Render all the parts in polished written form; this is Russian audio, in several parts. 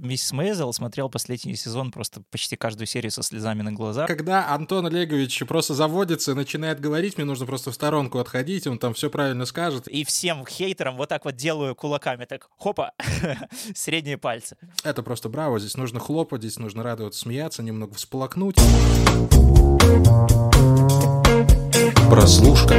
«Миссис Мейзел», смотрел последний сезон просто почти каждую серию со слезами на глазах. Когда Антон Олегович просто заводится и начинает говорить, мне нужно просто в сторонку отходить, он там все правильно скажет. И всем хейтерам вот так вот делаю кулаками, так хопа, средние пальцы. Это просто браво, здесь нужно хлопать, здесь нужно радоваться, смеяться, немного всплакнуть. Прослушка.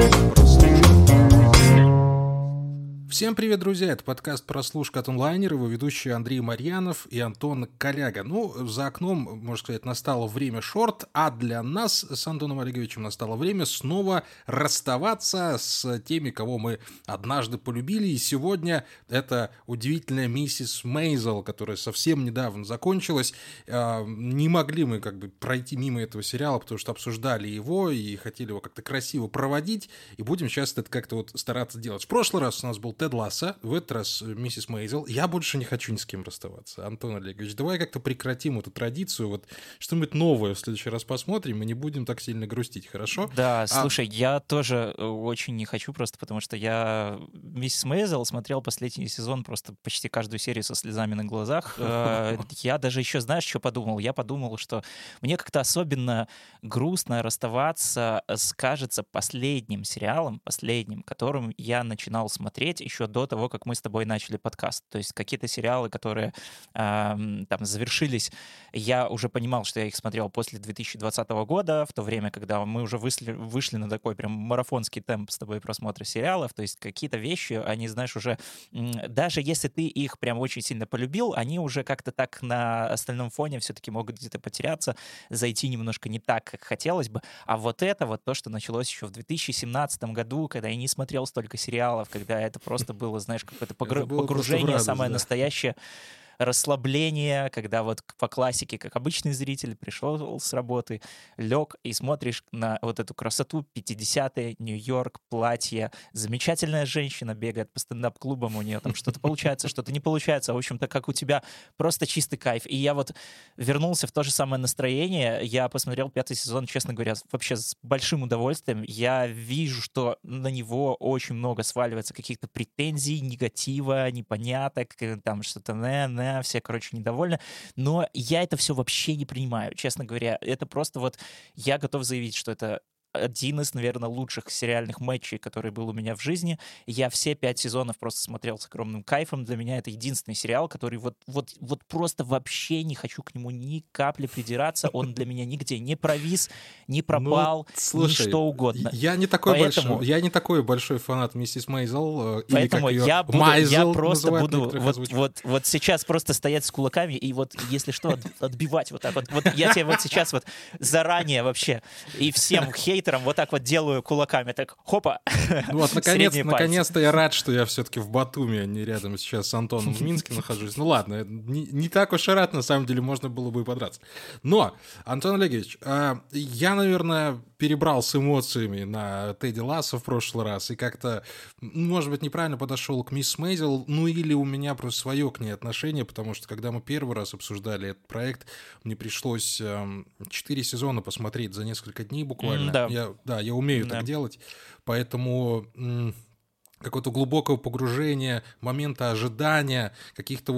Всем привет, друзья! Это подкаст «Прослушка» от онлайнера, его ведущие Андрей Марьянов и Антон Коляга. За окном, можно сказать, настало время шорт, а для нас с Антоном Олеговичем настало время снова расставаться с теми, кого мы однажды полюбили. И сегодня это удивительная «Миссис Мейзел», которая совсем недавно закончилась. Не могли мы пройти мимо этого сериала, потому что обсуждали его и хотели его как-то красиво проводить. И будем сейчас это как-то стараться делать. В прошлый раз у нас был Тед Лассо, в этот раз «Миссис Мейзел». Я больше не хочу ни с кем расставаться. Антон Олегович, давай как-то прекратим эту традицию, что-нибудь новое в следующий раз посмотрим и не будем так сильно грустить, хорошо? Да, слушай, я тоже очень не хочу, просто потому что я «Миссис Мейзел» смотрел последний сезон просто почти каждую серию со слезами на глазах. Я даже еще, знаешь, что подумал? Я подумал, что мне как-то особенно грустно расставаться с, кажется, последним сериалом, которым я начинал смотреть еще до того, как мы с тобой начали подкаст. То есть какие-то сериалы, которые там завершились, я уже понимал, что я их смотрел после 2020 года, в то время, когда мы уже вышли на такой прям марафонский темп с тобой просмотра сериалов. То есть какие-то вещи, они, знаешь, уже даже если ты их прям очень сильно полюбил, они уже как-то так на остальном фоне все-таки могут где-то потеряться, зайти немножко не так, как хотелось бы. А вот это вот то, что началось еще в 2017 году, когда я не смотрел столько сериалов, когда это просто было, знаешь, какое-то погружение, самое настоящее расслабление, когда вот по классике, как обычный зритель, пришел с работы, лег и смотришь на вот эту красоту, 50-е, Нью-Йорк, платье, замечательная женщина бегает по стендап-клубам, у нее там что-то получается, что-то не получается, в общем-то, как у тебя, просто чистый кайф. И я вот вернулся в то же самое настроение, я посмотрел 5-й сезон, честно говоря, вообще с большим удовольствием. Я вижу, что на него очень много сваливается каких-то претензий, негатива, непоняток, там что-то все, недовольны, но я это все вообще не принимаю, честно говоря. Это просто я готов заявить, что это один из, наверное, лучших сериальных матчей, который был у меня в жизни. Я все 5 сезонов просто смотрел с огромным кайфом. Для меня это единственный сериал, который вот просто вообще не хочу к нему ни капли придираться. Он для меня нигде не провис, не пропал, ни что угодно. Я не такой большой фанат «Миссис Мейзел». Поэтому я просто буду вот сейчас просто стоять с кулаками и если что, отбивать вот так вот. Я тебе сейчас заранее вообще и всем хейтерам вот так вот делаю кулаками, так хопа, наконец-то я рад, что я все-таки в Батуми, а не рядом сейчас с Антоном в Минске нахожусь. Ну ладно, не так уж и рад, на самом деле, можно было бы и подраться. Но, Антон Олегович, я, наверное, перебрал с эмоциями на Тедди Лассо в прошлый раз и как-то, может быть, неправильно подошел к «Мисс Мейзел», или у меня просто свое к ней отношение, потому что, когда мы первый раз обсуждали этот проект, мне пришлось 4 сезона посмотреть за несколько дней буквально. Я умею так делать, поэтому какого-то глубокого погружения, момента ожидания, каких-то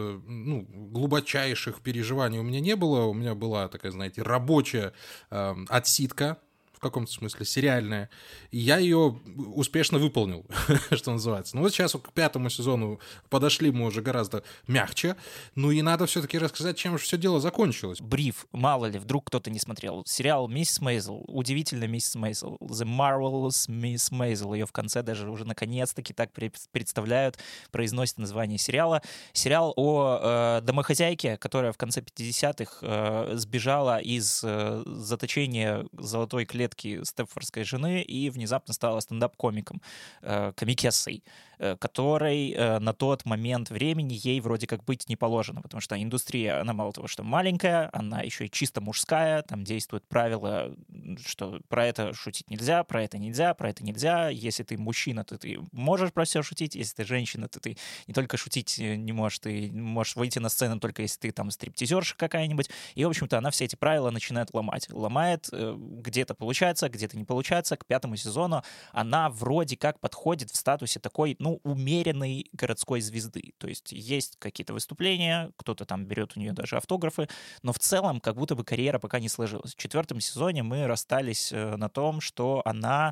глубочайших переживаний у меня не было. У меня была такая, знаете, рабочая отсидка, в каком-то смысле сериальная, и я ее успешно выполнил, что называется. Сейчас к 5-му сезону подошли мы уже гораздо мягче, и надо все-таки рассказать, чем же все дело закончилось. Бриф, мало ли, вдруг кто-то не смотрел. Сериал «Миссис Мейзел», удивительная «Миссис Мейзел», «The Marvelous Miss Maisel», ее в конце даже уже наконец-таки так представляют, произносят название сериала. Сериал о домохозяйке, которая в конце 50-х сбежала из заточения золотой клетки степфордской жены и внезапно стала стендап-комиком, комикессой, которой на тот момент времени ей вроде как быть не положено, потому что индустрия, она мало того, что маленькая, она еще и чисто мужская, там действуют правила, что про это шутить нельзя, про это нельзя, про это нельзя. Если ты мужчина, то ты можешь про все шутить, если ты женщина, то ты не только шутить не можешь, ты можешь выйти на сцену только если ты там стриптизерша какая-нибудь. И, в общем-то, она все эти правила начинает ломать. Ломает, где-то получается, где-то не получается. К 5-му сезону она вроде как подходит в статусе такой, умеренной городской звезды. То есть какие-то выступления, кто-то там берет у нее даже автографы, но в целом как будто бы карьера пока не сложилась. В 4-м сезоне мы расстались на том, что она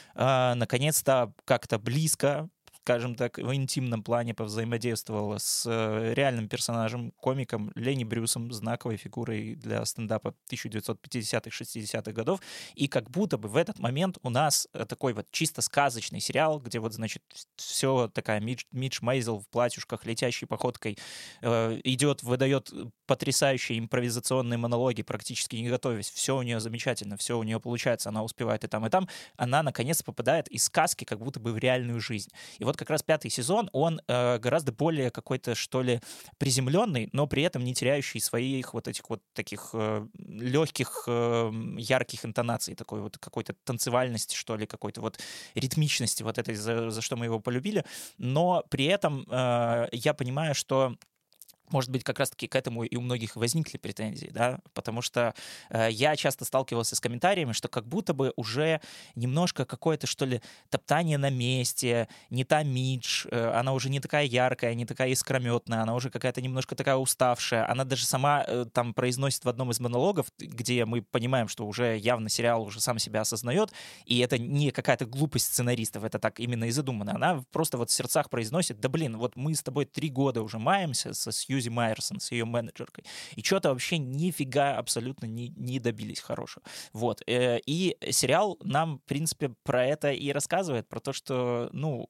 наконец-то как-то близко, скажем так, в интимном плане повзаимодействовала с реальным персонажем, комиком Ленни Брюсом, знаковой фигурой для стендапа 1950-60-х годов. И как будто бы в этот момент у нас такой вот чисто сказочный сериал, где вот, значит, все такая Мидж Мейзел в платьюшках, летящей походкой идет, выдает потрясающие импровизационные монологи, практически не готовясь. Все у нее замечательно, все у нее получается, она успевает и там, и там. Она, наконец, попадает из сказки как будто бы в реальную жизнь. И вот как раз 5-й сезон, он гораздо более какой-то, что ли, приземленный, но при этом не теряющий своих вот этих вот таких легких, ярких интонаций, такой вот какой-то танцевальности, что ли, какой-то вот ритмичности вот этой, за что мы его полюбили. Но при этом я понимаю, что может быть, как раз-таки к этому и у многих возникли претензии, да, потому что я часто сталкивался с комментариями, что как будто бы уже немножко какое-то, что ли, топтание на месте, не та Мидж, она уже не такая яркая, не такая искрометная, она уже какая-то немножко такая уставшая, она даже сама там произносит в одном из монологов, где мы понимаем, что уже явно сериал уже сам себя осознает, и это не какая-то глупость сценаристов, это так именно и задумано, она просто вот в сердцах произносит: да блин, вот мы с тобой 3 года уже маемся со Сьюзи Майерсон, с ее менеджеркой, и что-то вообще нифига абсолютно не добились хорошего. Вот. И сериал нам, в принципе, про это и рассказывает, про то, что,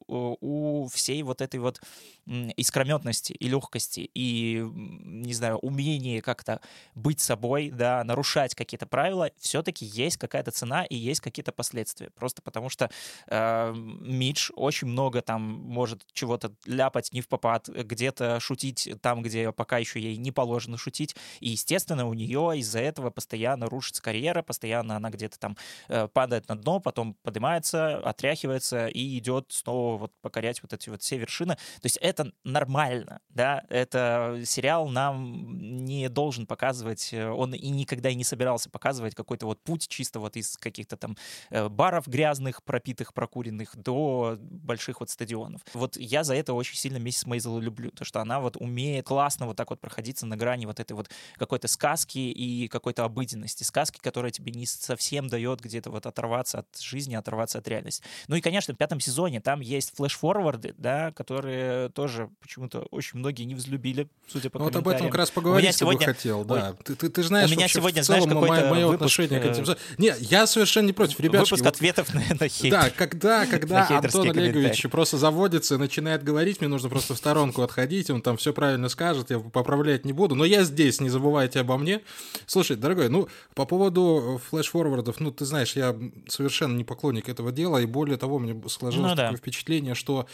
у всей вот этой вот искрометности и легкости, и, не знаю, умения как-то быть собой, да, нарушать какие-то правила, все-таки есть какая-то цена и есть какие-то последствия. Просто потому что Мидж очень много там может чего-то ляпать не впопад, где-то шутить там, где пока еще ей не положено шутить. И, естественно, у нее из-за этого постоянно рушится карьера, постоянно она где-то там падает на дно, потом поднимается, отряхивается и идет снова вот покорять вот эти вот все вершины. То есть это нормально, да, это сериал нам не должен показывать, он и никогда и не собирался показывать какой-то вот путь чисто вот из каких-то там баров грязных, пропитых, прокуренных до больших вот стадионов. Вот я за это очень сильно Миссис Мейзел люблю, то, что она вот умеет классно вот так вот проходиться на грани вот этой вот какой-то сказки и какой-то обыденности. Сказки, которая тебе не совсем дает где-то вот оторваться от жизни, оторваться от реальности. Ну и, конечно, в 5-м сезоне там есть флэш-форварды, да, которые тоже почему-то очень многие не взлюбили, судя по комментариям. Вот об этом как раз поговорить бы хотел, да. Ты знаешь, у меня сегодня, в целом, знаешь, мое выпуск, отношение к этим... Не, я совершенно не против, ребят. Выпуск ответов на хейт. Да, когда Антон Олегович просто заводится и начинает говорить, мне нужно просто в сторонку отходить, он там все правильно скажет, я поправлять не буду, но я здесь, не забывайте обо мне. Слушай, дорогой, по поводу флэш-форвардов, ты знаешь, я совершенно не поклонник этого дела, и более того, мне сложилось такое впечатление, что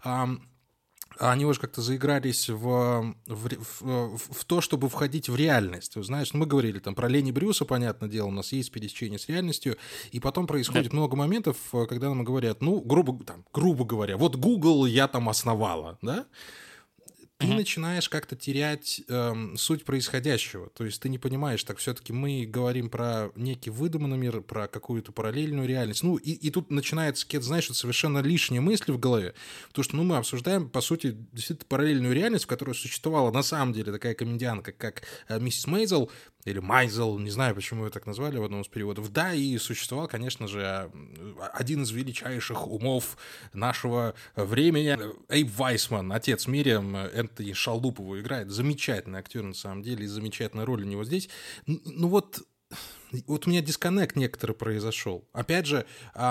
они уже как-то заигрались в то, чтобы входить в реальность. Знаешь, мы говорили там про Ленни Брюса, понятное дело, у нас есть пересечение с реальностью, и потом происходит много моментов, когда нам говорят, грубо говоря, вот Google я там основала, да? Ты начинаешь как-то терять суть происходящего. То есть ты не понимаешь, так все-таки мы говорим про некий выдуманный мир, про какую-то параллельную реальность. И тут начинается какие-то, знаешь, совершенно лишние мысли в голове. Потому что мы обсуждаем, по сути, действительно параллельную реальность, в которой существовала на самом деле такая комедианка, как миссис Мейзел, или Майзел, не знаю, почему ее так назвали в одном из переводов. Да, и существовал, конечно же, один из величайших умов нашего времени, Эйб Вайсман, отец Мириам, Энтони Шалдуп его играет. Замечательный актер, на самом деле, и замечательная роль у него здесь. Вот у меня дисконнект некоторый произошел. Опять же,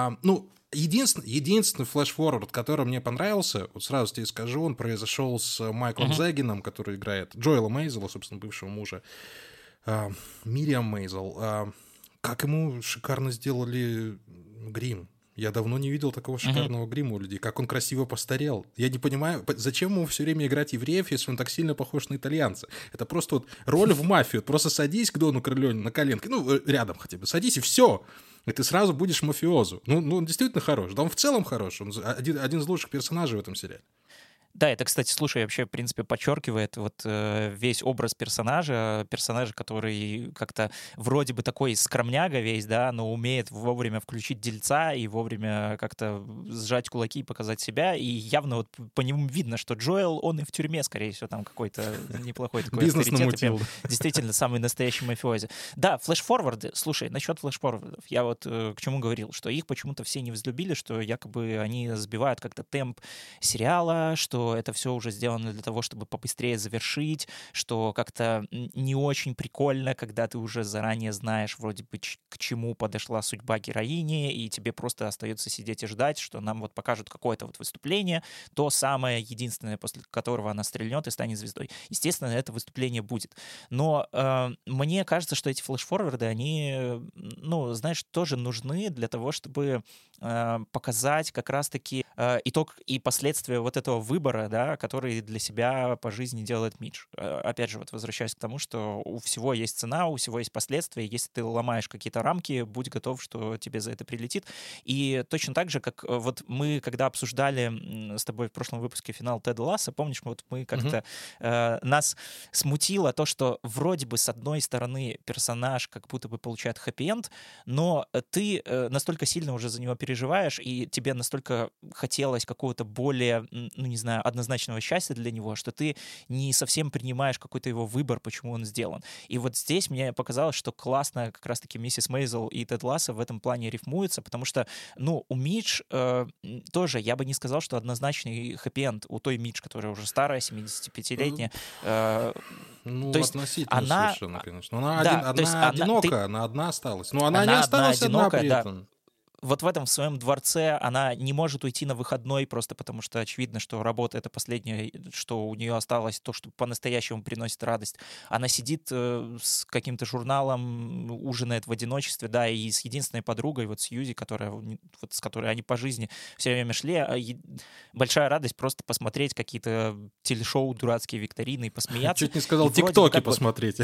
единственный флэш-форвард, который мне понравился, вот сразу тебе скажу, он произошел с Майклом Загином, который играет Джоэла Мейзела, собственно, бывшего мужа Мириам Мейзел. Как ему шикарно сделали грим. Я давно не видел такого шикарного грима у людей. Как он красиво постарел. Я не понимаю, зачем ему все время играть евреев, если он так сильно похож на итальянца. Это просто вот роль в мафию. Просто садись к Дону Корлеоне на коленке, рядом хотя бы, садись и все. И ты сразу будешь мафиозу. Он действительно хорош. Да он в целом хорош. Он один из лучших персонажей в этом сериале. Да, это, кстати, слушай, вообще, в принципе, подчеркивает вот весь образ персонажа, который как-то вроде бы такой скромняга весь, да, но умеет вовремя включить дельца и вовремя как-то сжать кулаки и показать себя, и явно вот по нему видно, что Джоэл, он и в тюрьме, скорее всего, там какой-то неплохой такой Бизнес авторитет, намутил. действительно самый настоящий мафиози. Да, флешфорварды, слушай, насчет флешфорвардов, я вот к чему говорил, что их почему-то все не взлюбили, что якобы они сбивают как-то темп сериала, что это все уже сделано для того, чтобы побыстрее завершить, что как-то не очень прикольно, когда ты уже заранее знаешь вроде бы к чему подошла судьба героини, и тебе просто остается сидеть и ждать, что нам вот покажут какое-то вот выступление, то самое единственное, после которого она стрельнет и станет звездой. Естественно, это выступление будет. Но мне кажется, что эти флешфорварды, они, ну, знаешь, тоже нужны для того, чтобы показать как раз-таки итог и последствия вот этого выбора, да, который для себя по жизни делает Мидж. Опять же, вот возвращаясь к тому, что у всего есть цена, у всего есть последствия. Если ты ломаешь какие-то рамки, будь готов, что тебе за это прилетит. И точно так же, как вот мы, когда обсуждали с тобой в прошлом выпуске финал Теда Ласса, помнишь, вот мы как-то нас смутило то, что вроде бы с одной стороны персонаж как будто бы получает хэппи-энд, но ты настолько сильно уже за него переживаешь, и тебе настолько хотелось какого-то более, ну, не знаю, однозначного счастья для него, что ты не совсем принимаешь какой-то его выбор, почему он сделан. И вот здесь мне показалось, что классно как раз-таки миссис Мейзел и Тед Лассо в этом плане рифмуются, потому что, ну, у Мидж тоже, я бы не сказал, что однозначный хэппи-энд у той Мидж, которая уже старая, 75-летняя. Ну, то есть относительно она... совершенно, конечно. Она, Да, одна одинока, она одна осталась. Но она не осталась одна при этом. Вот в этом в своем дворце она не может уйти на выходной просто потому, что очевидно, что работа — это последнее, что у нее осталось, то, что по-настоящему приносит радость. Она сидит с каким-то журналом, ужинает в одиночестве, да, и с единственной подругой, вот Сьюзи, которая, вот, с которой они по жизни все время шли. Большая радость просто посмотреть какие-то телешоу, дурацкие викторины и посмеяться. Чуть не сказал, тиктоки посмотреть.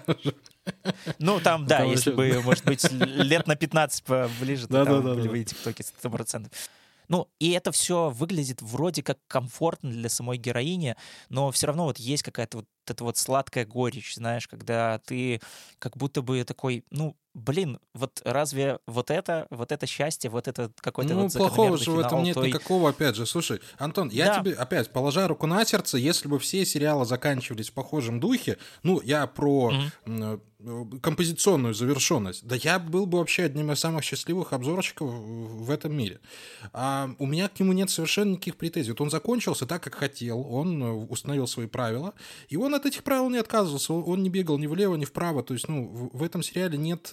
Ну, там, да, если бы, может быть, лет на 15 поближе, то там были бы и тиктоки 100%. Ну, и это все выглядит вроде как комфортно для самой героини, но все равно вот есть какая-то вот эта вот сладкая горечь, знаешь, когда ты как будто бы такой, ну, блин, вот разве вот это счастье, вот это какой-то вот закономерный финал? Ну, плохого же в этом нет никакого, опять же. Слушай, Антон, я тебе, опять, положа руку на сердце, если бы все сериалы заканчивались в похожем духе, ну, я про композиционную завершенность, да я был бы вообще одним из самых счастливых обзорщиков в этом мире. А у меня к нему нет совершенно никаких претензий. Вот он закончился так, как хотел, он установил свои правила, и он от этих правил не отказывался, он не бегал ни влево, ни вправо, то есть, ну, в этом сериале нет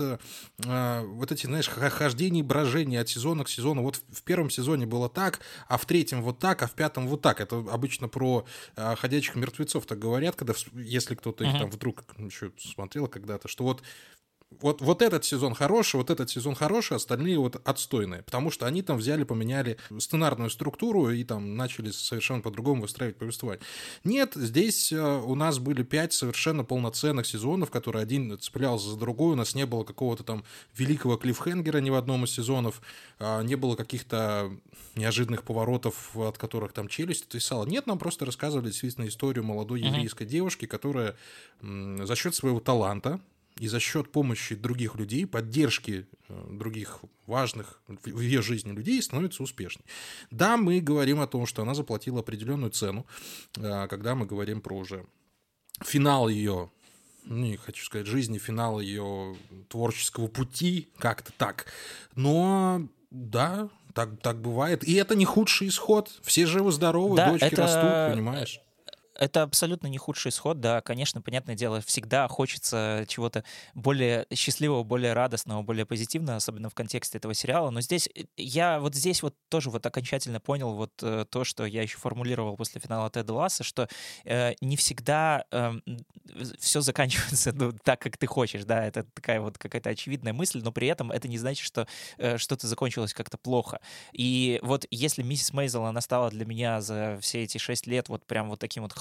вот этих, знаешь, хождений, брожений от сезона к сезону. Вот в первом сезоне было так, а в третьем вот так, а в пятом вот так. Это обычно про ходячих мертвецов так говорят, когда, если кто-то их там вдруг еще смотрел когда-то, что вот этот сезон хороший, остальные вот отстойные, потому что они там взяли, поменяли сценарную структуру и там начали совершенно по-другому выстраивать повествование. Нет, здесь у нас были 5 совершенно полноценных сезонов, которые один цеплялся за другой, у нас не было какого-то там великого клиффхенгера ни в одном из сезонов, не было каких-то неожиданных поворотов, от которых там челюсть отвисала. Нет, нам просто рассказывали действительно историю молодой еврейской девушки, которая за счет своего таланта и за счет помощи других людей, поддержки других важных в ее жизни людей становится успешной. Да, мы говорим о том, что она заплатила определенную цену, когда мы говорим про уже финал ее, не хочу сказать жизни, финал ее творческого пути, как-то так. Но да, так бывает. И это не худший исход. Все живы-здоровы, да, дочки растут, понимаешь? Это абсолютно не худший исход, да, конечно, понятное дело, всегда хочется чего-то более счастливого, более радостного, более позитивного, особенно в контексте этого сериала, но здесь тоже вот окончательно понял вот то, что я еще формулировал после финала Теда Ласса, что не всегда все заканчивается так, как ты хочешь, да, это такая вот какая-то очевидная мысль, но при этом это не значит, что что-то закончилось как-то плохо. И вот если миссис Мейзел, она стала для меня за все эти 6 лет вот прям вот таким вот хорошим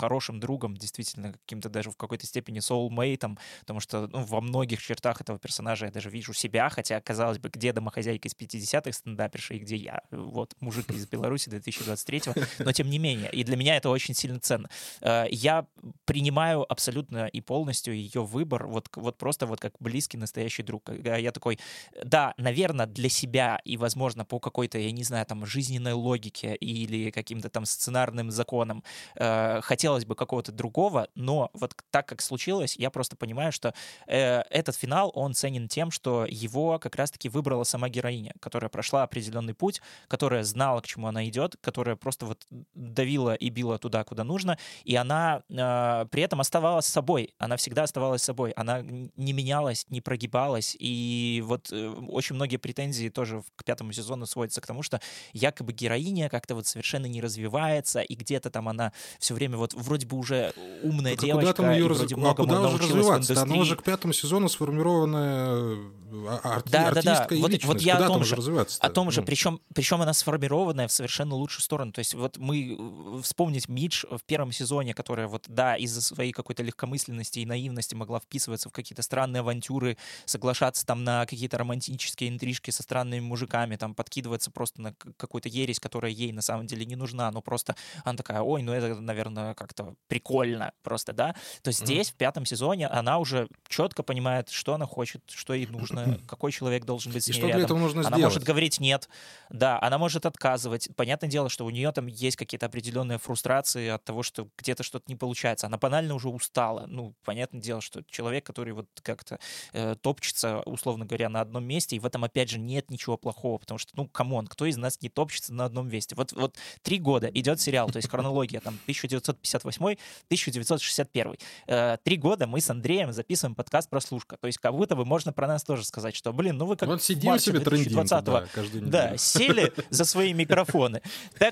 хорошим другом, действительно, каким-то даже в какой-то степени soulmate'ом, потому что во многих чертах этого персонажа я даже вижу себя, хотя, казалось бы, где домохозяйка из 50-х стендаперша и где я, вот, мужик из Беларуси 2023-го, но тем не менее, и для меня это очень сильно ценно. Я принимаю абсолютно и полностью ее выбор, вот просто вот как близкий настоящий друг. Когда я такой, да, наверное, для себя и, возможно, по какой-то, я не знаю, там, жизненной логике или каким-то там сценарным законам хотелось бы какого-то другого, но вот так как случилось, я просто понимаю, что этот финал, он ценен тем, что его как раз-таки выбрала сама героиня, которая прошла определенный путь, которая знала, к чему она идет, которая просто вот давила и била туда, куда нужно, и она при этом оставалась собой, она всегда оставалась собой, она не менялась, не прогибалась, и вот очень многие претензии тоже к 5-му сезону сводятся к тому, что якобы героиня как-то вот совершенно не развивается, и где-то там она все время вот вроде бы уже умная девочка, и вроде многому научилась в индустрии. Она уже к 5-му сезону сформированная артистка и личность. Вот я куда о том там же развиваться-то? О том же, причем она сформированная в совершенно лучшую сторону. То есть вот мы вспомнить Мидж в 1-м сезоне, которая вот, да, из-за своей какой-то легкомысленности и наивности могла вписываться в какие-то странные авантюры, соглашаться там на какие-то романтические интрижки со странными мужиками, там подкидываться просто на какую-то ересь, которая ей на самом деле не нужна, но просто она такая, ой, ну это, наверное, как-то прикольно просто, да. То есть здесь, в 5-м сезоне, она уже четко понимает, что она хочет, что ей нужно, какой человек должен быть с ней и что рядом. для этого нужно она сделать? Может говорить нет, да, она может отказывать. Понятное дело, что у нее там есть какие-то определенные фрустрации от того, что где-то что-то не получается. Она банально уже устала. Ну, понятное дело, что человек, который вот как-то топчется, условно говоря, на одном месте, и в этом, опять же, нет ничего плохого, потому что, ну, камон, кто из нас не топчется на одном месте? Вот 3 года идет сериал, то есть хронология, там, 1958-1961. 3 года мы с Андреем записываем подкаст «Прослушка». То есть как будто бы можно про нас тоже сказать, что, блин, ну вы как вот в сидим марте себе 2020-го сели за свои микрофоны. Так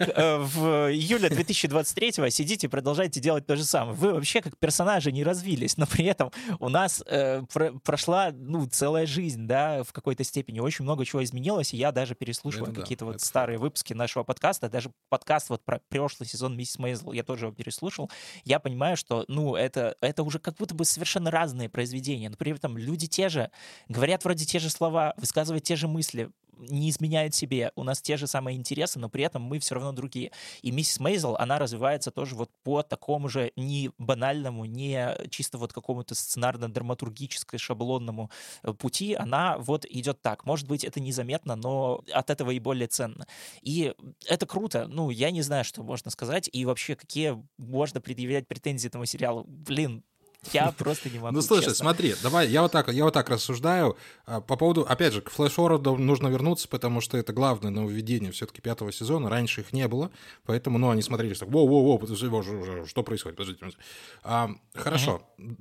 в июле 2023-го сидите и продолжаете делать то же самое. Вы вообще как персонажи не развились, но при этом у нас прошла, ну, целая жизнь, да, в какой-то степени. Очень много чего изменилось, и я даже переслушивая какие-то вот старые выпуски нашего подкаста, даже подкаст вот про прошлый сезон «Миссис Мейзел», я тоже его переслушал, я понимаю, что, ну, это уже как будто бы совершенно разные произведения, но при этом люди те же, говорят вроде те же слова, высказывают те же мысли, не изменяют себе, у нас те же самые интересы, но при этом мы все равно другие. И «Миссис Мейзел», она развивается тоже вот по такому же не банальному, не чисто вот какому-то сценарно-драматургическому шаблонному пути, она вот идет так. Может быть, это незаметно, но от этого и более ценно. И это круто. Ну, я не знаю, что можно сказать, и вообще, какие можно предъявлять претензии этому сериалу. Блин, я просто не могу, Ну, слушай, честно. смотри, давай, я вот так рассуждаю. По поводу, опять же, к флэш-форварду нужно вернуться, потому что это главное нововведение все-таки 5-го сезона. Раньше их не было, поэтому, ну, они смотрелись так, воу, подожди, что происходит? Подождите. Хорошо,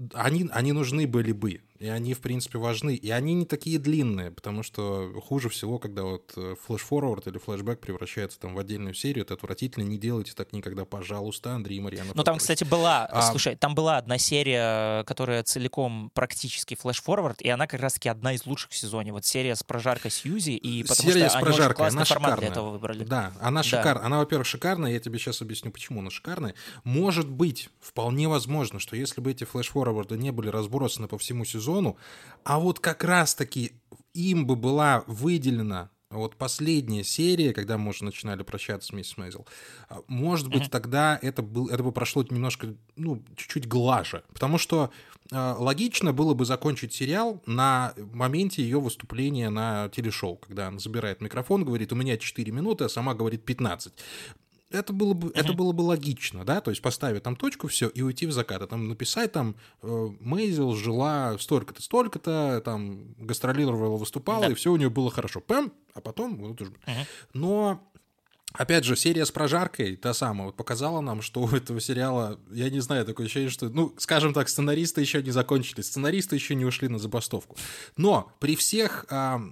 они нужны были бы, и они, в принципе, важны, и они не такие длинные, потому что хуже всего, когда вот флэш-форвард или флэшбэк превращается там в отдельную серию, это отвратительно, не делайте так никогда, пожалуйста, Андрей Марьянов. Ну, там, кстати, слушай, там была одна серия, которая целиком практически флэш-форвард, и она как раз-таки одна из лучших в сезоне. Вот серия с прожаркой Сьюзи, и потому серия что с они очень прожаркой, классный она формат шикарная. для этого выбрали. Да, она шикарная. Она, во-первых, шикарная, я тебе сейчас объясню, почему она шикарная. Может быть, вполне возможно, что если бы эти флэш-форварды не были разбросаны по всему сезону, а вот как раз-таки им бы была выделена вот последняя серия, когда мы уже начинали прощаться с миссис Мейзел, может быть, тогда это бы прошло немножко, ну, чуть-чуть глаже. Потому что логично было бы закончить сериал на моменте ее выступления на телешоу, когда она забирает микрофон, говорит, у меня 4 минуты, а сама говорит 15. Это было бы логично, да, то есть поставить там точку, все, и уйти в закат, а там написать там Мейзел жила столько-то, там гастролировала, выступала, и все у нее было хорошо, пэм, а потом вот уже. Но опять же, серия с прожаркой, та самая, вот показала нам, что у этого сериала, я не знаю, такое ощущение, что, ну, скажем так, сценаристы еще не закончили, сценаристы еще не ушли на забастовку. Но при всех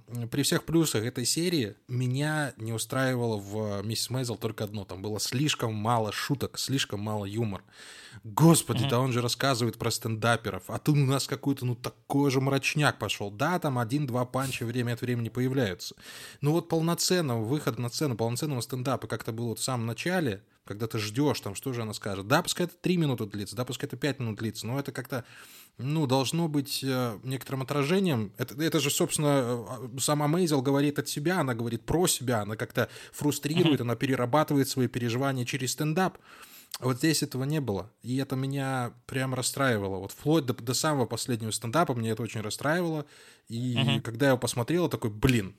плюсах этой серии меня не устраивало в «Миссис Мейзел» только одно. Там было слишком мало шуток, слишком мало юмора. Господи, да он же рассказывает про стендаперов, а тут у нас какой-то, ну, такой же мрачняк пошел. Да, там 1-2 панча время от времени появляются. Но вот полноценного выхода на сцену, полноценного стендапа, как-то было вот в самом начале, когда ты ждешь, там, что же она скажет. Да, пускай это 3 минуты длится, да, пускай это 5 минут длится, но это как-то, ну, должно быть некоторым отражением. Это же, собственно, сама Мейзел говорит от себя, она говорит про себя, она как-то фрустрирует, она перерабатывает свои переживания через стендап. А вот здесь этого не было, и это меня прям расстраивало. Вот вплоть до самого последнего стендапа мне это очень расстраивало, и когда я его посмотрел, такой, блин,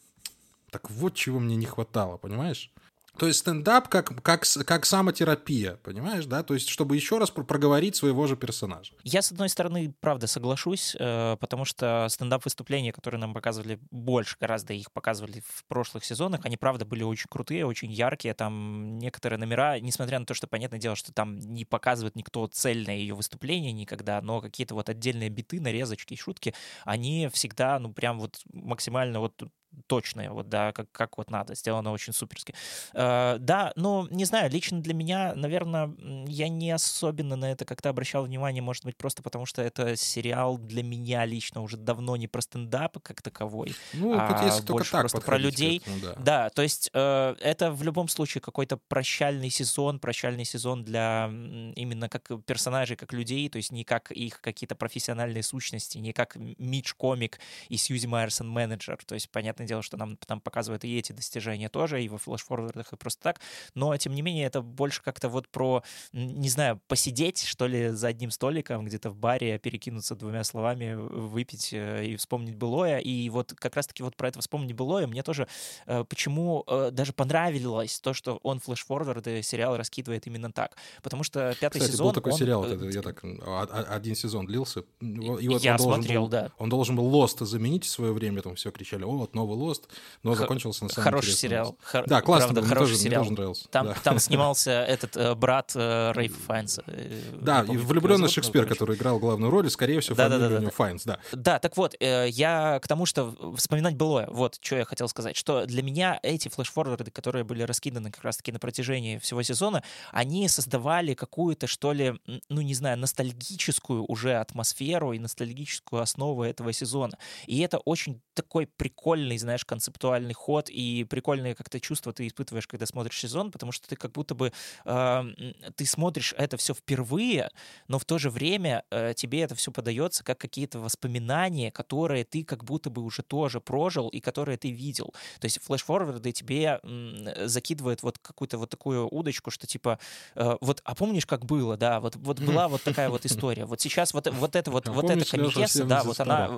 так вот чего мне не хватало, понимаешь? То есть стендап как самотерапия, понимаешь, да? То есть чтобы еще раз проговорить своего же персонажа. Я, с одной стороны, правда, соглашусь, потому что стендап-выступления, которые нам показывали больше, гораздо их показывали в прошлых сезонах, они, правда, были очень крутые, очень яркие. Там некоторые номера, несмотря на то, что, понятное дело, что там не показывает никто цельное ее выступление никогда, но какие-то вот отдельные биты, нарезочки, шутки, они всегда, ну, прям вот максимально вот точное, вот, да, как вот надо, сделано очень суперски. Да, ну, не знаю, лично для меня, наверное, я не особенно на это как-то обращал внимание, может быть, просто потому что это сериал для меня лично уже давно не про стендап как таковой, если больше так просто про людей. Этому, да. Да, то есть это в любом случае какой-то прощальный сезон для именно как персонажей, как людей, то есть не как их какие-то профессиональные сущности, не как Митч комик и Сьюзи Майерсон менеджер, то есть понятное дело, что нам показывают и эти достижения тоже, и во флешфорвардах, и просто так, но, тем не менее, это больше как-то вот про, не знаю, посидеть, что ли, за одним столиком, где-то в баре, перекинуться 2 словами, выпить и вспомнить былое, и вот как раз-таки вот про это «Вспомнить былое» мне тоже почему даже понравилось то, что он флешфорварды сериал раскидывает именно так, потому что 5-й сезон... Кстати, был такой сериал, один сезон длился, и вот я смотрел, да. Он должен был Lost заменить в свое время, там все кричали, вот новый Lost, но закончился на самом деле. Хороший сериал. Да, классно, правда, хороший сериал. Мне тоже нравился. Там снимался этот брат Рейфа Файнса. Да, и влюбленный Шекспир, который играл главную роль, и, скорее всего, фамилия у него Файнс, да. Да, так вот, я к тому, что вспоминать былое, вот, что я хотел сказать, что для меня эти флешфорварды, которые были раскиданы как раз-таки на протяжении всего сезона, они создавали какую-то, что ли, ну, не знаю, ностальгическую уже атмосферу и ностальгическую основу этого сезона. И это очень такой прикольный, знаешь, концептуальный ход и прикольные как-то чувства ты испытываешь, когда смотришь сезон, потому что ты как будто бы ты смотришь это все впервые, но в то же время тебе это все подается как какие-то воспоминания, которые ты как будто бы уже тоже прожил и которые ты видел. То есть флешфорварды тебе закидывают вот какую-то вот такую удочку, что типа вот, а помнишь, как было, да, вот была вот такая вот история. Вот сейчас вот эта комикеса, да, вот она...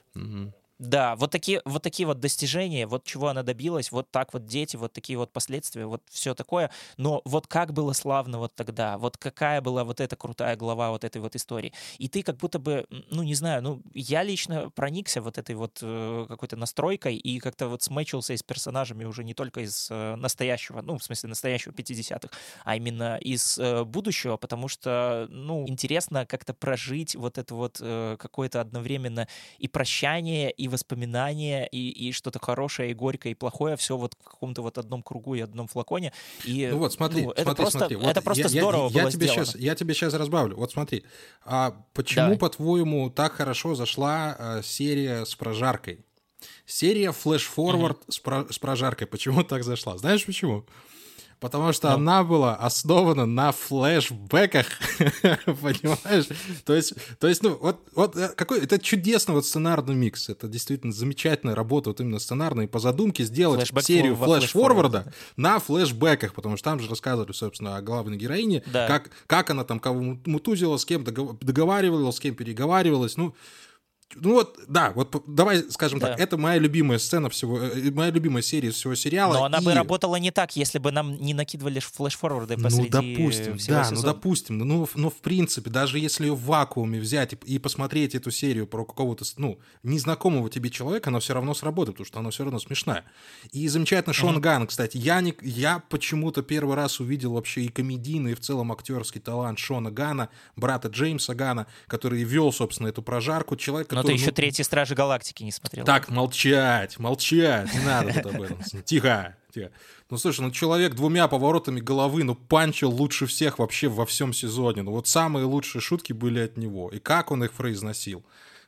Да, вот такие вот достижения, вот чего она добилась, вот так вот дети, вот такие вот последствия, вот все такое. Но вот как было славно вот тогда, вот какая была вот эта крутая глава вот этой вот истории. И ты как будто бы, ну, не знаю, ну, я лично проникся вот этой вот какой-то настройкой и как-то вот смэчился с персонажами уже не только из настоящего, ну, в смысле настоящего 50-х, а именно из будущего, потому что, ну, интересно как-то прожить вот это вот какое-то одновременно и прощание, и воспоминания, и что-то хорошее, и горькое, и плохое, все вот в каком-то вот одном кругу и одном флаконе. И, ну вот смотри, это смотри. Это просто здорово было сделано. Я тебе сейчас разбавлю. Вот смотри, а почему, по-твоему, так хорошо зашла серия с прожаркой? Серия флэш-форвард с прожаркой. Почему так зашла? Знаешь почему? Потому что она была основана на флешбеках, понимаешь? То есть, ну, вот какой это чудесный вот сценарный микс. Это действительно замечательная работа, вот именно сценарная, и по задумке сделать серию флэш-форварда на флешбеках, потому что там же рассказывали, собственно, о главной героине, как она там кого мутузила, с кем договаривалась, с кем переговаривалась, ну вот, да, вот давай скажем так, это моя любимая сцена всего, моя любимая серия всего сериала. Но она бы работала не так, если бы нам не накидывали флешфорварды посреди допустим, всего сезона. Допустим, но в принципе, даже если ее в вакууме взять и посмотреть эту серию про какого-то, ну, незнакомого тебе человека, она все равно сработает, потому что она все равно смешная. И замечательно Шон Ганн, кстати, я почему-то первый раз увидел вообще и комедийный, и в целом актерский талант Шона Ганна, брата Джеймса Ганна, который вел, собственно, эту прожарку, человек, но ты еще «Третьи Стражи Галактики» не смотрел. Так, молчать, не надо тут об этом. Тихо. Ну, слушай, человек 2 поворотами головы, панчил лучше всех вообще во всем сезоне. Ну, вот самые лучшие шутки были от него. И как он их произносил.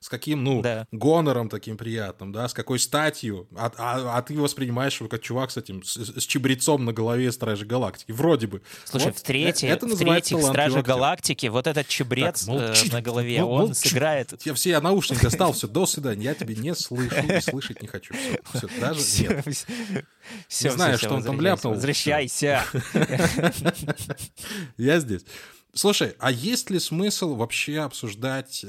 с каким, гонором таким приятным, да, с какой статью, а ты воспринимаешь его как чувак с этим, с чебрецом на голове Стражи Галактики, вроде бы. Слушай, вот в третьих Стражи Галактики вот этот чебрец на голове, он сыграет... Я все наушники достал, все, до свидания, я тебя не слышу и слышать не хочу. Все, даже нет. Не знаю, что он там ляпнул. Возвращайся. Я здесь. Слушай, а есть ли смысл вообще обсуждать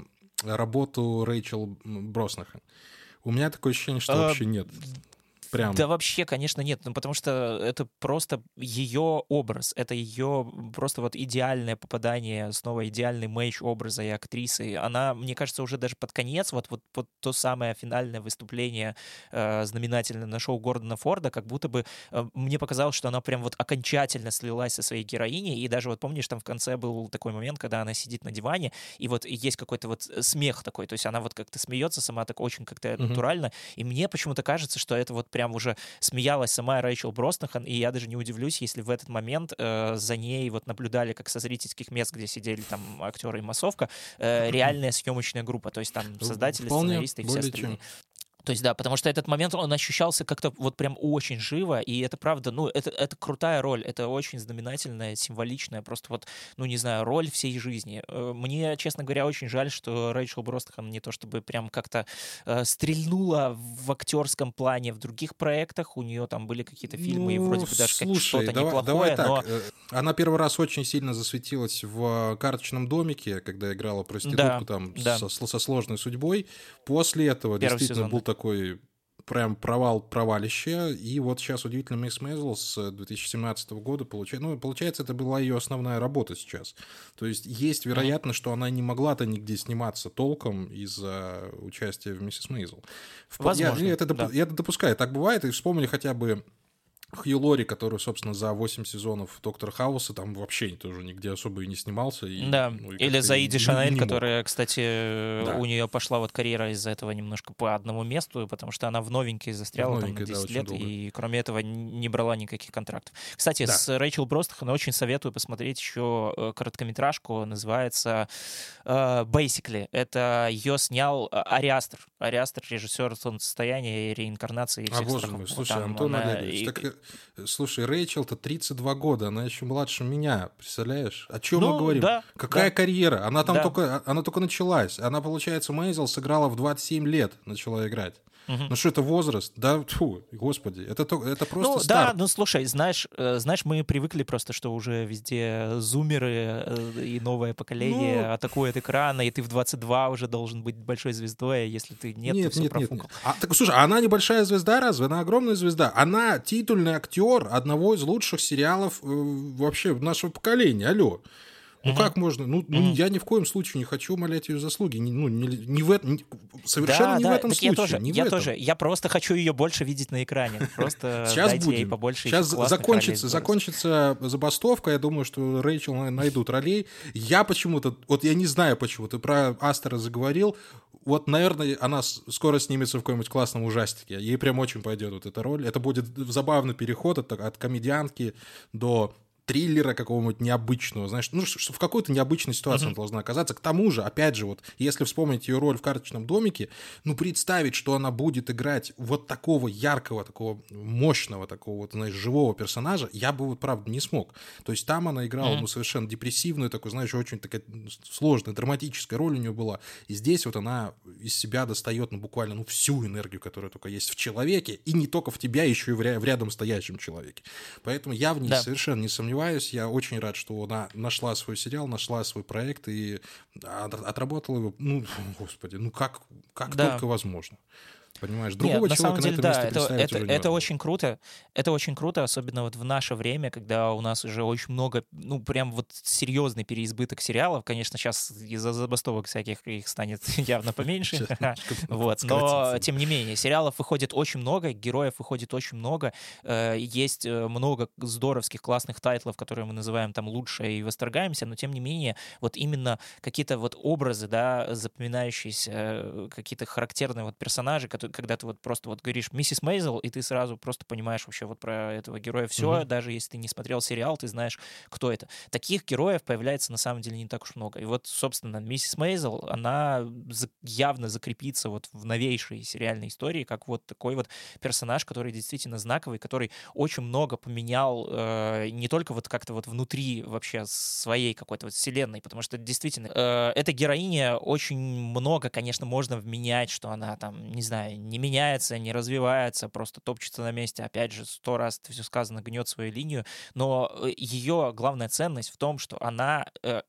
работу Рэйчел Броснахан? У меня такое ощущение, что вообще нет. Прям. Да вообще, конечно, нет, потому что это просто ее образ, это ее просто вот идеальное попадание, снова идеальный мэйч образа и актрисы. Она, мне кажется, уже даже под конец, вот то самое финальное выступление знаменательное на шоу Гордона Форда, как будто бы мне показалось, что она прям вот окончательно слилась со своей героиней, и даже вот помнишь, там в конце был такой момент, когда она сидит на диване, и вот есть какой-то вот смех такой, то есть она вот как-то смеется сама так очень как-то натурально, и мне почему-то кажется, что это вот прям уже смеялась сама Рэйчел Броснахан, и я даже не удивлюсь, если в этот момент за ней вот наблюдали, как со зрительских мест, где сидели там актеры и массовка, реальная съемочная группа, то есть там создатели, сценаристы и все остальные. То есть, да, потому что этот момент, он ощущался как-то вот прям очень живо, и это правда, это крутая роль, это очень знаменательная, символичная, просто вот, не знаю, роль всей жизни. Мне, честно говоря, очень жаль, что Рэйчел Броснахан не то чтобы прям как-то стрельнула в актерском плане в других проектах, у нее там были какие-то фильмы, и вроде бы даже что-то неплохое, давай так. Но... Она первый раз очень сильно засветилась в «Карточном домике», когда играла проститутку со сложной судьбой. После этого Первый действительно сезон, был такой прям провалище, и вот сейчас удивительно Мисс Мейзел с 2017 года получается, это была ее основная работа сейчас. То есть есть вероятность, что она не могла-то нигде сниматься толком из-за участия в Миссис Мейзел. Возможно, я это допускаю, так бывает, и вспомни хотя бы Хью Лори, который, собственно, за 8 сезонов Доктора Хауса там вообще тоже нигде особо и не снимался. Или за Иди Шанель, которая, кстати, у нее пошла вот карьера из-за этого немножко по одному месту, потому что она в новенькой застряла там на 10 лет, и кроме этого не брала никаких контрактов. Кстати, с Рэйчел Броснахан очень советую посмотреть еще короткометражку, называется Basically. Это ее снял Ари Астер, режиссер «Солнцестояния» и «Реинкарнации» и всех боже мой, слушай, Антон Олегович, слушай, Рэйчел-то 32 года, она еще младше меня, представляешь? О чем мы говорим? Да, какая карьера? Она там только началась. Она, получается, Мейзел сыграла в 27 лет, начала играть. Ну что, это возраст? Да, господи, это просто старт. Да, слушай, знаешь, мы привыкли просто, что уже везде зумеры и новое поколение атакует экраны, и ты в 22 уже должен быть большой звездой, а если ты нет, то все профукал. Слушай, она небольшая звезда разве? Она огромная звезда. Она титульный актер одного из лучших сериалов вообще нашего поколения. Алло. Как можно? Я ни в коем случае не хочу умалять ее заслуги. Совершенно не в этом случае. Я просто хочу ее больше видеть на экране. Просто сейчас дайте ей побольше. Сейчас закончится забастовка. Я думаю, что Рэйчел найдут ролей. Я почему-то, я не знаю почему, ты про Астера заговорил. Вот, наверное, она скоро снимется в каком-нибудь классном ужастике. Ей прям очень пойдет вот эта роль. Это будет забавный переход от комедианки до триллера какого-нибудь необычного, знаешь, в какой-то необычной ситуации она должна оказаться. К тому же, опять же, вот, если вспомнить ее роль в «Карточном домике», представить, что она будет играть вот такого яркого, такого мощного, такого вот, знаешь, живого персонажа, я бы вот, правда, не смог. То есть там она играла, совершенно депрессивную, такую, знаешь, очень такая сложная, драматическая роль у нее была. И здесь вот она из себя достает, буквально, всю энергию, которая только есть в человеке, и не только в тебя, еще и в рядом стоящем человеке. Поэтому я в ней совершенно не сомневаюсь. Я очень рад, что она нашла свой сериал, нашла свой проект и отработала его, господи, как только возможно. Понимаешь, другого человека на это место представить уже это очень круто. Это очень круто, особенно вот в наше время, когда у нас уже очень много, прям вот серьезный переизбыток сериалов. Конечно, сейчас из-за забастовок всяких их станет явно поменьше. Вот. Но, тем не менее, сериалов выходит очень много, героев выходит очень много. Есть много здоровских, классных тайтлов, которые мы называем там лучше и восторгаемся, но, тем не менее, вот именно какие-то вот образы, да, запоминающиеся, какие-то характерные вот персонажи, когда ты вот просто вот говоришь «Миссис Мейзел», и ты сразу просто понимаешь вообще вот про этого героя все, даже если ты не смотрел сериал, ты знаешь, кто это. Таких героев появляется на самом деле не так уж много. И вот, собственно, «Миссис Мейзел», она явно закрепится вот в новейшей сериальной истории, как вот такой вот персонаж, который действительно знаковый, который очень много поменял не только вот как-то вот внутри вообще своей какой-то вот вселенной, потому что действительно эта героиня очень много, конечно, можно вменять, что она там, не знаю, не меняется, не развивается, просто топчется на месте, опять же, 100 раз это все сказано, гнет свою линию, но ее главная ценность в том, что она,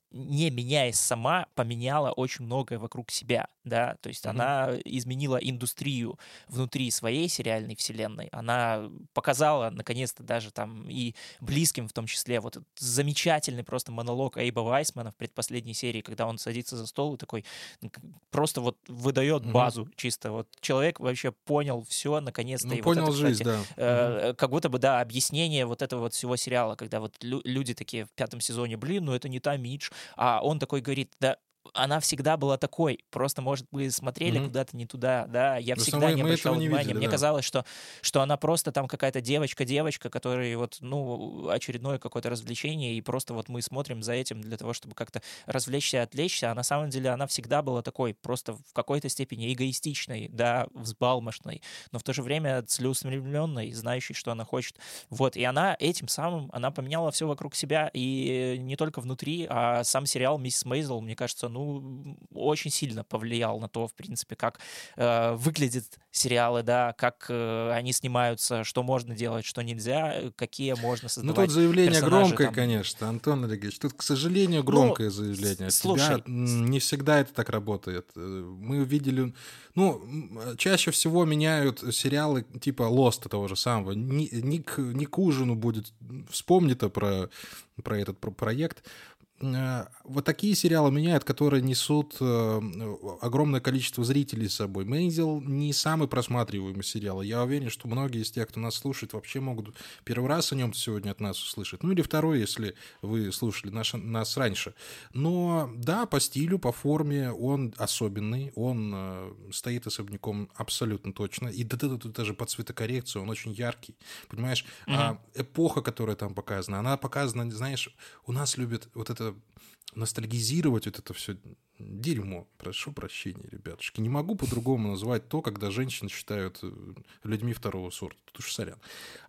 не меняясь сама, поменяла очень многое вокруг себя, да, то есть она изменила индустрию внутри своей сериальной вселенной, она показала, наконец-то, даже там и близким в том числе, вот этот замечательный просто монолог Эйба Вайсмана в предпоследней серии, когда он садится за стол и такой просто вот выдает базу чисто, вот человек вообще понял все, наконец-то, и понял вот это, жизнь, кстати, да. как будто бы, да, объяснение вот этого вот всего сериала, когда вот люди такие в 5-м сезоне, блин, ну это не та Мидж, а он такой говорит, да, она всегда была такой, просто, может, мы смотрели куда-то не туда, да, я всегда не обращал внимания. Видели, мне казалось, что она просто там какая-то девочка, которая вот, ну, очередное какое-то развлечение, и просто вот мы смотрим за этим для того, чтобы как-то развлечься, отвлечься, а на самом деле она всегда была такой, просто в какой-то степени эгоистичной, да, взбалмошной, но в то же время целеустремленной, знающей, что она хочет. Вот, и она этим самым, она поменяла все вокруг себя, и не только внутри, а сам сериал «Миссис Мейзел», мне кажется, ну, очень сильно повлиял на то, в принципе, как выглядят сериалы, да, как они снимаются, что можно делать, что нельзя, какие можно создавать Ну, тут заявление громкое, там. конечно, Антон Олегович. Тут, к сожалению, громкое заявление. Слушай, не всегда это так работает. Мы видели... Ну, чаще всего меняют сериалы типа «Лоста» того же самого. Не к ужину будет вспомнито про этот проект. Вот такие сериалы меняют, которые несут огромное количество зрителей с собой. «Мейзел» не самый просматриваемый сериал. Я уверен, что многие из тех, кто нас слушает, вообще могут первый раз о нем сегодня от нас услышать. Ну или второй, если вы слушали нас раньше. Но да, по стилю, по форме он особенный. Он стоит особняком абсолютно точно. И даже по цветокоррекции он очень яркий. Понимаешь, эпоха, которая там показана, она показана, знаешь, у нас любят вот это ностальгизировать вот это все дерьмо. Прошу прощения, ребятушки. Не могу по-другому назвать то, когда женщин считают людьми второго сорта. Тут уж сорян.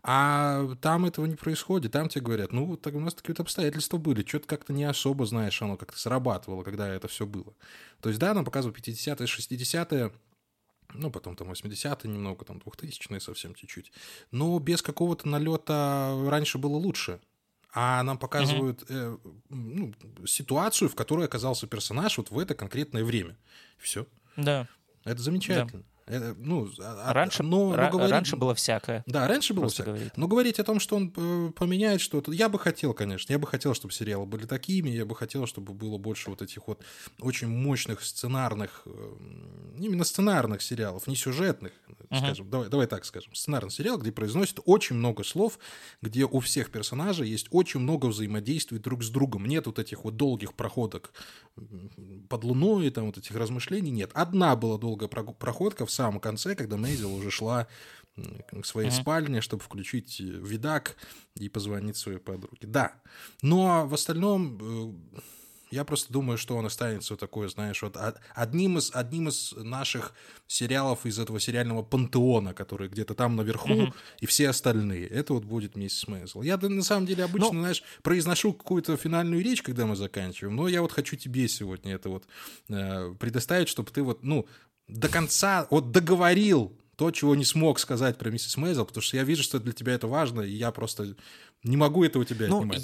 А там этого не происходит. Там тебе говорят, ну, так у нас такие вот обстоятельства были. Что-то как-то не особо, знаешь, оно как-то срабатывало, когда это все было. То есть, да, нам показывают 50-е, 60-е, ну, потом там 80-е немного, там 2000-е совсем чуть-чуть. Но без какого-то налета раньше было лучше. А нам показывают ситуацию, в которой оказался персонаж вот в это конкретное время. Все. Да. Это замечательно. Да. Это, раньше было всякое. Да, раньше было всякое. Но говорить о том, что он поменяет что-то... Я бы хотел, конечно. Я бы хотел, чтобы сериалы были такими. Я бы хотел, чтобы было больше вот этих вот очень мощных сценарных... Именно сценарных сериалов, не сюжетных, скажем. Давай так скажем. Сценарный сериал, где произносят очень много слов, где у всех персонажей есть очень много взаимодействий друг с другом. Нет вот этих вот долгих проходок под луной, и там вот этих размышлений нет. Одна была долгая проходка в самом конце, когда Мейзел уже шла к своей спальне, чтобы включить видак и позвонить своей подруге. Да, но в остальном я просто думаю, что он останется вот такой, знаешь, вот одним из наших сериалов из этого сериального пантеона, который где-то там наверху, и все остальные. Это вот будет «Миссис Мейзел». Я на самом деле обычно, знаешь, произношу какую-то финальную речь, когда мы заканчиваем, но я вот хочу тебе сегодня это вот предоставить, чтобы ты вот, ну, до конца вот договорил то, чего не смог сказать про «Миссис Мейзел», потому что я вижу, что для тебя это важно, и я просто не могу это у тебя отнимать.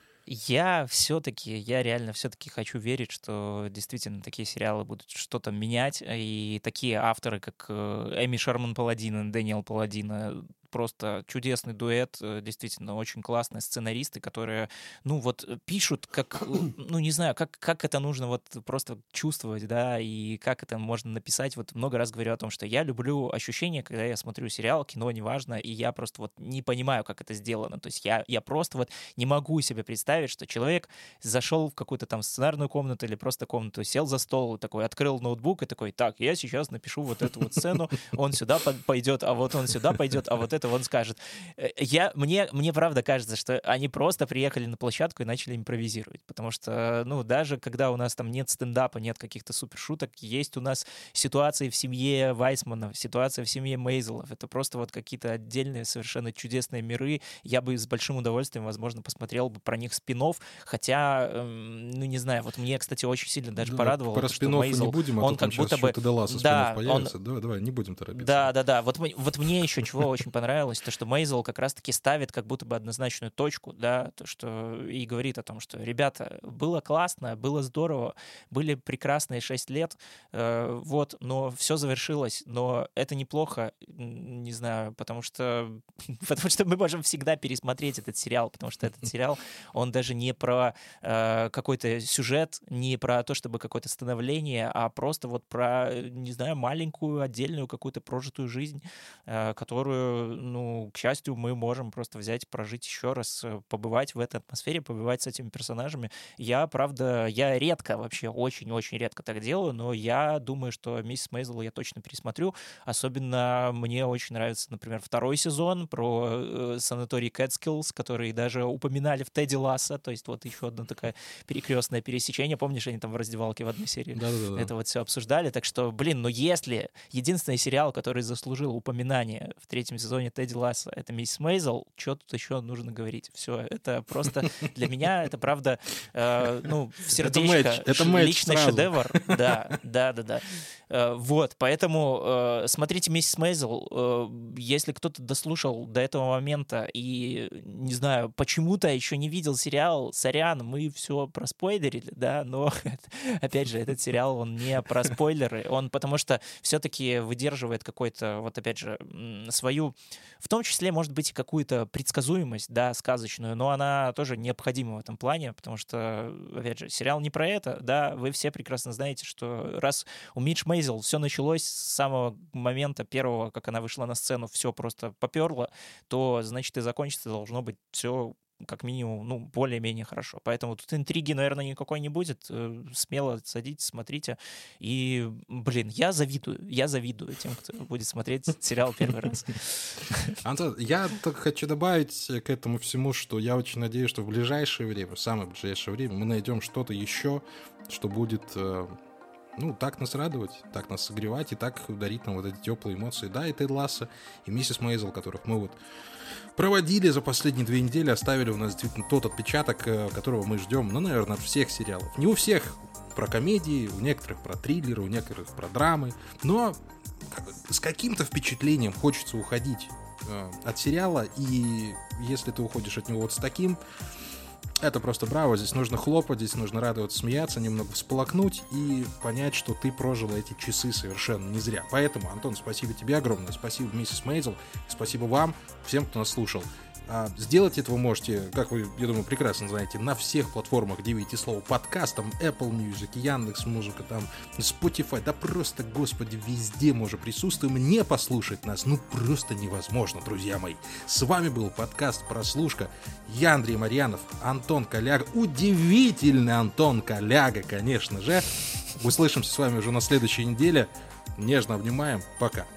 Я реально все-таки хочу верить, что действительно такие сериалы будут что-то менять, и такие авторы, как Эми Шерман Паладино, Дэниел Паладино, просто чудесный дуэт, действительно, очень классные сценаристы, которые, ну, вот пишут, как, ну, не знаю, как это нужно вот просто чувствовать, да, и как это можно написать. Вот много раз говорю о том, что я люблю ощущение, когда я смотрю сериал, кино, неважно, и я просто вот не понимаю, как это сделано. То есть я просто вот не могу себе представить, что человек зашел в какую-то там сценарную комнату или просто комнату, сел за стол, такой, открыл ноутбук и такой, так, я сейчас напишу вот эту вот сцену, он сюда пойдет, а вот он сюда пойдет, а вот это он скажет. Мне правда кажется, что они просто приехали на площадку и начали импровизировать, потому что, ну, даже когда у нас там нет стендапа, нет каких-то супершуток, есть у нас ситуации в семье Вайсманов, ситуация в семье Мейзелов. Это просто вот какие-то отдельные совершенно чудесные миры. Я бы с большим удовольствием, возможно, посмотрел бы про них спин-офф, хотя, ну, не знаю, вот мне, кстати, очень сильно даже порадовало, про что Мейзел, не будем, он как будто бы... Да, появится. Давай, не будем торопиться. Да. Вот мне еще чего очень понравилось, то, что Мейзел как раз-таки ставит как будто бы однозначную точку, да, то, что и говорит о том, что, ребята, было классно, было здорово, были прекрасные 6 лет, вот, но все завершилось, но это неплохо, не знаю, потому что мы можем всегда пересмотреть этот сериал, потому что этот сериал, он даже не про какой-то сюжет, не про то, чтобы какое-то становление, а просто вот про, не знаю, маленькую отдельную какую-то прожитую жизнь, которую, ну, к счастью, мы можем просто взять, прожить еще раз, побывать в этой атмосфере, побывать с этими персонажами. Я редко вообще, очень-очень редко так делаю, но я думаю, что «Миссис Мейзел» я точно пересмотрю. Особенно мне очень нравится, например, второй сезон про санаторий Кэтскиллс, который даже упоминали в Тедди Лассо, то есть вот еще одно такое перекрестное пересечение. Помнишь, они там в раздевалке в одной серии это вот все обсуждали? Так что, блин, ну если единственный сериал, который заслужил упоминание в третьем сезоне Тедди Лассо, это «Миссис Мейзел», что тут еще нужно говорить? Все, это просто для меня, это правда, ну, в сердечко, личный шедевр. Да. Вот, поэтому смотрите «Миссис Мейзел». Если кто-то дослушал до этого момента и, не знаю, почему-то еще не видел сериал, сорян, мы все проспойлерили, да, но, опять же, этот сериал, он не про спойлеры, он потому что все-таки выдерживает какой-то, вот опять же, свою, в том числе, может быть, и какую-то предсказуемость, да, сказочную, но она тоже необходима в этом плане, потому что, опять же, сериал не про это, да, вы все прекрасно знаете, что раз у Мидж Мейзел все началось с самого момента первого, как она вышла на сцену, все просто поперло, то, значит, и закончится должно быть все как минимум, ну, более-менее хорошо. Поэтому тут интриги, наверное, никакой не будет. Смело садитесь, смотрите. И, блин, я завидую тем, кто будет смотреть сериал первый раз. Антон, я только хочу добавить к этому всему, что я очень надеюсь, что в ближайшее время, в самое ближайшее время мы найдем что-то еще, что будет, ну, так нас радовать, так нас согревать и так дарить нам вот эти теплые эмоции. Да, и Тед Лассо, и «Миссис Мейзел», которых мы вот проводили за последние 2 недели, оставили у нас действительно тот отпечаток, которого мы ждем, ну, наверное, от всех сериалов. Не у всех про комедии, у некоторых про триллеры, у некоторых про драмы, но с каким-то впечатлением хочется уходить от сериала, и если ты уходишь от него вот с таким, это просто браво, здесь нужно хлопать, здесь нужно радоваться, смеяться, немного всплакнуть и понять, что ты прожил эти часы совершенно не зря. Поэтому, Антон, спасибо тебе огромное, спасибо «Миссис Мейзел», спасибо вам, всем, кто нас слушал. Сделать это вы можете, как вы, я думаю, прекрасно знаете, на всех платформах, где видите слово подкаст, там Apple Music, Яндекс.Музыка, там Spotify, да просто, господи, везде мы уже присутствуем. Не послушать нас, ну просто невозможно, друзья мои. С вами был подкаст «Прослушка». Я Андрей Марьянов, Антон Коляга, удивительный Антон Коляга, конечно же. Услышимся с вами уже на следующей неделе. Нежно обнимаем, пока.